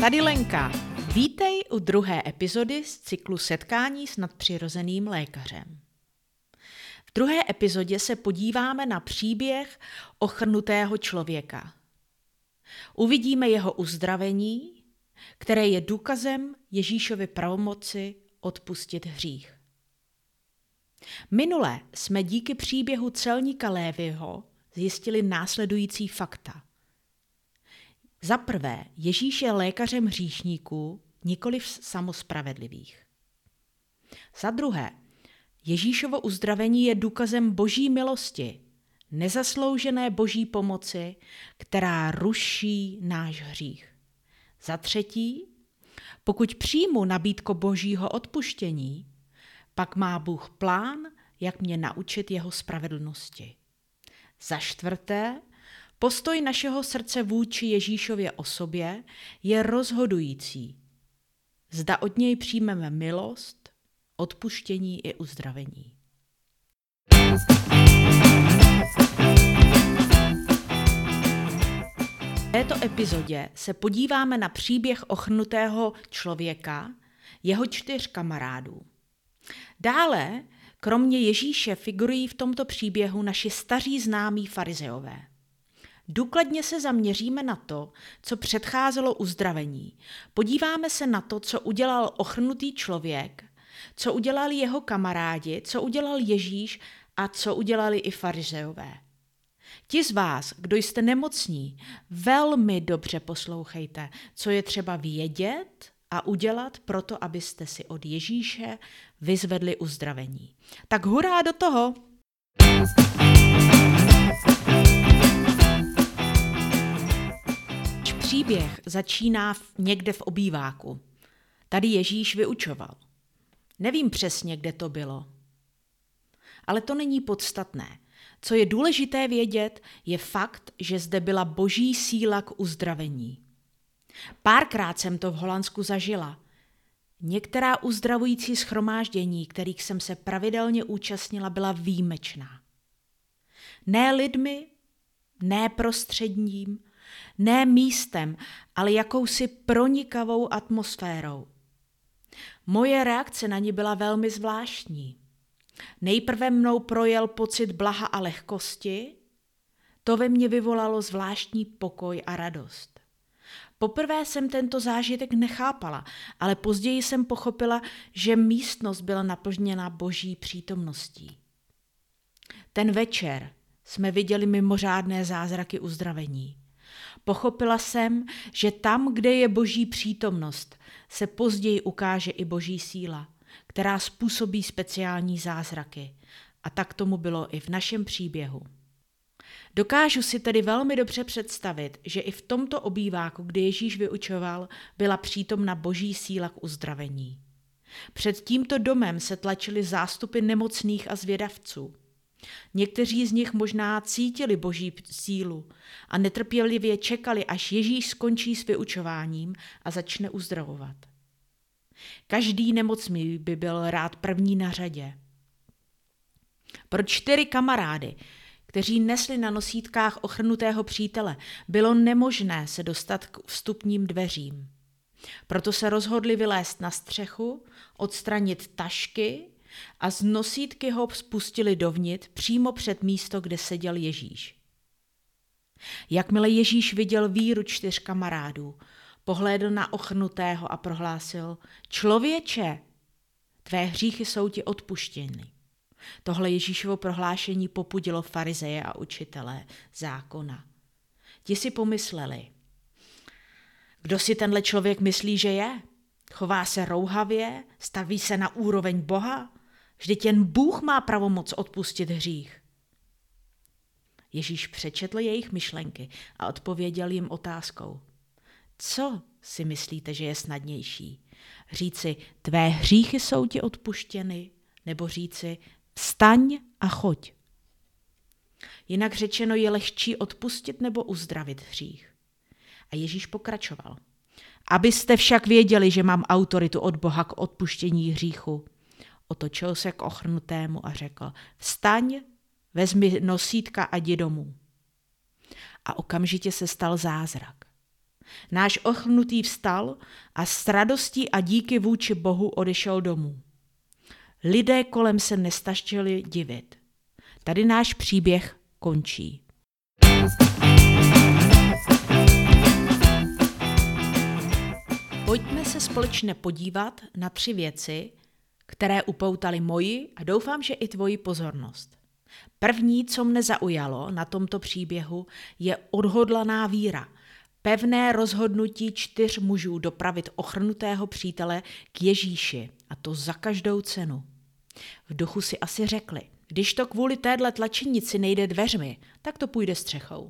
Tady Lenka. Vítej u druhé epizody z cyklu Setkání s nadpřirozeným lékařem. V druhé epizodě se podíváme na příběh ochrnutého člověka. Uvidíme jeho uzdravení, které je důkazem Ježíšovy pravomoci odpustit hřích. Minule jsme díky příběhu celníka Léviho zjistili následující fakta. Za prvé, Ježíš je lékařem hříšníků, nikoliv samospravedlivých. Za druhé, Ježíšovo uzdravení je důkazem boží milosti, nezasloužené boží pomoci, která ruší náš hřích. Za třetí, pokud přijmu nabídku božího odpuštění, pak má Bůh plán, jak mě naučit jeho spravedlnosti. Za čtvrté, postoj našeho srdce vůči Ježíšově osobě je rozhodující. Zda od něj přijmeme milost, odpuštění i uzdravení. V této epizodě se podíváme na příběh ochrnutého člověka, jeho 4 kamarádů. Dále, kromě Ježíše, figurují v tomto příběhu naši staří známí farizeové. Důkladně se zaměříme na to, co předcházelo uzdravení. Podíváme se na to, co udělal ochrnutý člověk, co udělali jeho kamarádi, co udělal Ježíš a co udělali i farizeové. Ti z vás, kdo jste nemocní, velmi dobře poslouchejte, co je třeba vědět a udělat proto, abyste si od Ježíše vyzvedli uzdravení. Tak hurá do toho! Příběh začíná někde v obýváku. Tady Ježíš vyučoval. Nevím přesně, kde to bylo. Ale to není podstatné. Co je důležité vědět, je fakt, že zde byla boží síla k uzdravení. Párkrát jsem to v Holandsku zažila. Některá uzdravující shromáždění, kterých jsem se pravidelně účastnila, byla výjimečná. Ne lidmi, ne prostředím, ne místem, ale jakousi pronikavou atmosférou. Moje reakce na ní byla velmi zvláštní. Nejprve mnou projel pocit blaha a lehkosti, to ve mně vyvolalo zvláštní pokoj a radost. Poprvé jsem tento zážitek nechápala, ale později jsem pochopila, že místnost byla naplněna boží přítomností. Ten večer jsme viděli mimořádné zázraky uzdravení. Pochopila jsem, že tam, kde je boží přítomnost, se později ukáže i boží síla, která způsobí speciální zázraky. A tak tomu bylo i v našem příběhu. Dokážu si tedy velmi dobře představit, že i v tomto obýváku, kde Ježíš vyučoval, byla přítomna boží síla k uzdravení. Před tímto domem se tlačily zástupy nemocných a zvědavců. Někteří z nich možná cítili boží sílu a netrpělivě čekali, až Ježíš skončí s vyučováním a začne uzdravovat. Každý nemocný by byl rád první na řadě. Pro 4 kamarády, kteří nesli na nosítkách ochrnutého přítele, bylo nemožné se dostat k vstupním dveřím. Proto se rozhodli vylézt na střechu, odstranit tašky a z nosítky ho spustili dovnitř přímo před místo, kde seděl Ježíš. Jakmile Ježíš viděl víru 4 kamarádů, pohlédl na ochrnutého a prohlásil: Člověče, tvé hříchy jsou ti odpuštěny. Tohle Ježíšovo prohlášení popudilo farizeje a učitele zákona. Ti si pomysleli: kdo si tenhle člověk myslí, že je? Chová se rouhavě, staví se na úroveň Boha? Vždyť jen Bůh má pravomoc odpustit hřích. Ježíš přečetl jejich myšlenky a odpověděl jim otázkou: co si myslíte, že je snadnější? Říci, tvé hříchy jsou ti odpuštěny, nebo říci, vstaň a choď? Jinak řečeno, je lehčí odpustit nebo uzdravit hřích. A Ježíš pokračoval: abyste však věděli, že mám autoritu od Boha k odpuštění hříchu. Otočil se k ochrnutému a řekl: vstaň, vezmi nosítka a jdi domů. A okamžitě se stal zázrak. Náš ochrnutý vstal a s radostí a díky vůči Bohu odešel domů. Lidé kolem se nestačili divit. Tady náš příběh končí. Pojďme se společně podívat na 3 věci, které upoutaly moji a doufám, že i tvoji pozornost. První, co mne zaujalo na tomto příběhu, je odhodlaná víra. Pevné rozhodnutí 4 mužů dopravit ochrnutého přítele k Ježíši, a to za každou cenu. V duchu si asi řekli, když to kvůli téhle tlačenici nejde dveřmi, tak to půjde střechou.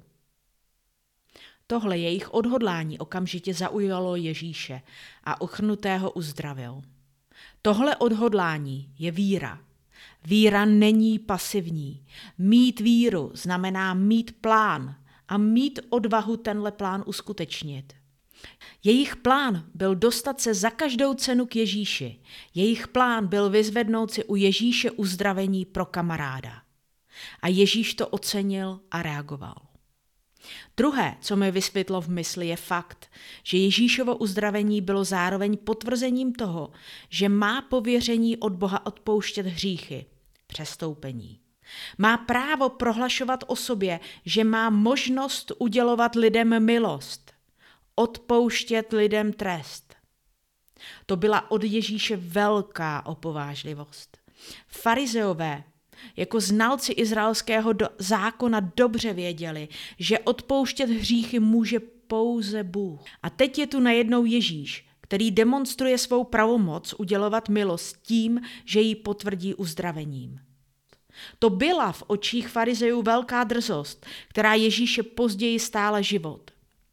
Tohle jejich odhodlání okamžitě zaujalo Ježíše a ochrnutého uzdravil. Tohle odhodlání je víra. Víra není pasivní. Mít víru znamená mít plán a mít odvahu tenhle plán uskutečnit. Jejich plán byl dostat se za každou cenu k Ježíši. Jejich plán byl vyzvednout si u Ježíše uzdravení pro kamaráda. A Ježíš to ocenil a reagoval. Druhé, co mi vysvětlo v mysli, je fakt, že Ježíšovo uzdravení bylo zároveň potvrzením toho, že má pověření od Boha odpouštět hříchy, přestoupení. Má právo prohlašovat o sobě, že má možnost udělovat lidem milost, odpouštět lidem trest. To byla od Ježíše velká opovážlivost. Farizeové jako znalci izraelského zákona dobře věděli, že odpouštět hříchy může pouze Bůh. A teď je tu najednou Ježíš, který demonstruje svou pravomoc udělovat milost tím, že ji potvrdí uzdravením. To byla v očích farizejů velká drzost, která Ježíše později stála život.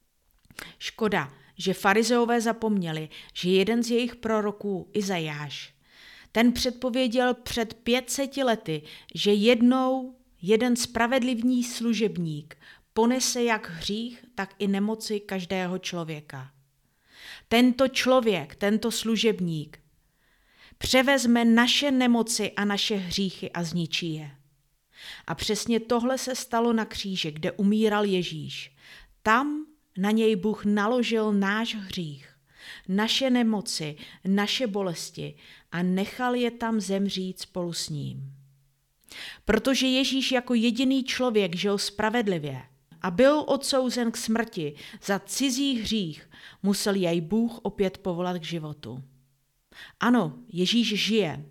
Škoda, že farizeové zapomněli, že jeden z jejich proroků, Izajáš, ten předpověděl před 500 lety, že jednou jeden spravedlivý služebník ponese jak hřích, tak i nemoci každého člověka. Tento člověk, tento služebník, převezme naše nemoci a naše hříchy a zničí je. A přesně tohle se stalo na kříži, kde umíral Ježíš. Tam na něj Bůh naložil náš hřích, naše nemoci, naše bolesti a nechal je tam zemřít spolu s ním. Protože Ježíš jako jediný člověk žil spravedlivě a byl odsouzen k smrti za cizí hřích, musel jej Bůh opět povolat k životu. Ano, Ježíš žije.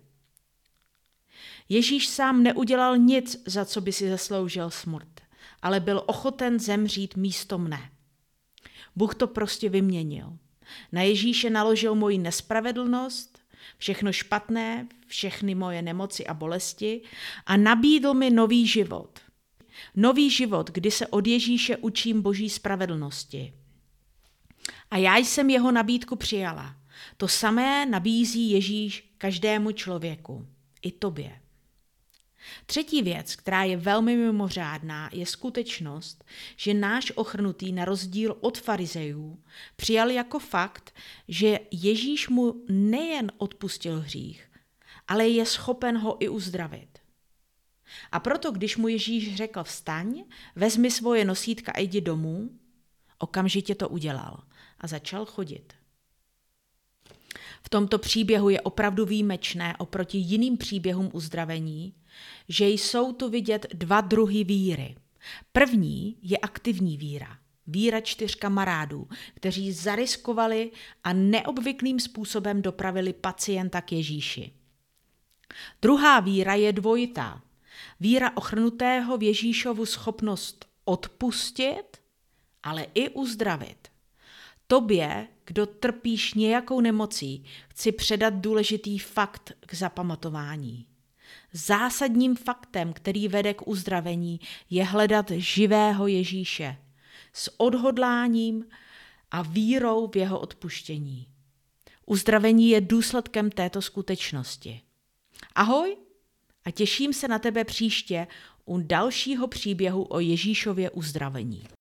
Ježíš sám neudělal nic, za co by si zasloužil smrt, ale byl ochoten zemřít místo mne. Bůh to prostě vyměnil. Na Ježíše naložil moji nespravedlnost, všechno špatné, všechny moje nemoci a bolesti a nabídl mi nový život. Nový život, kdy se od Ježíše učím Boží spravedlnosti. A já jsem jeho nabídku přijala. To samé nabízí Ježíš každému člověku, i tobě. Třetí věc, která je velmi mimořádná, je skutečnost, že náš ochrnutý na rozdíl od farizejů přijal jako fakt, že Ježíš mu nejen odpustil hřích, ale je schopen ho i uzdravit. A proto, když mu Ježíš řekl vstaň, vezmi svoje nosítka a jdi domů, okamžitě to udělal a začal chodit. V tomto příběhu je opravdu výjimečné oproti jiným příběhům uzdravení, že jsou tu vidět 2 druhy víry. První je aktivní víra. Víra 4 kamarádů, kteří zariskovali a neobvyklým způsobem dopravili pacienta k Ježíši. Druhá víra je dvojitá. Víra ochrnutého v Ježíšovu schopnost odpustit, ale i uzdravit. Tobě, kdo trpíš nějakou nemocí, chci předat důležitý fakt k zapamatování. Zásadním faktem, který vede k uzdravení, je hledat živého Ježíše s odhodláním a vírou v jeho odpuštění. Uzdravení je důsledkem této skutečnosti. Ahoj a těším se na tebe příště u dalšího příběhu o Ježíšově uzdravení.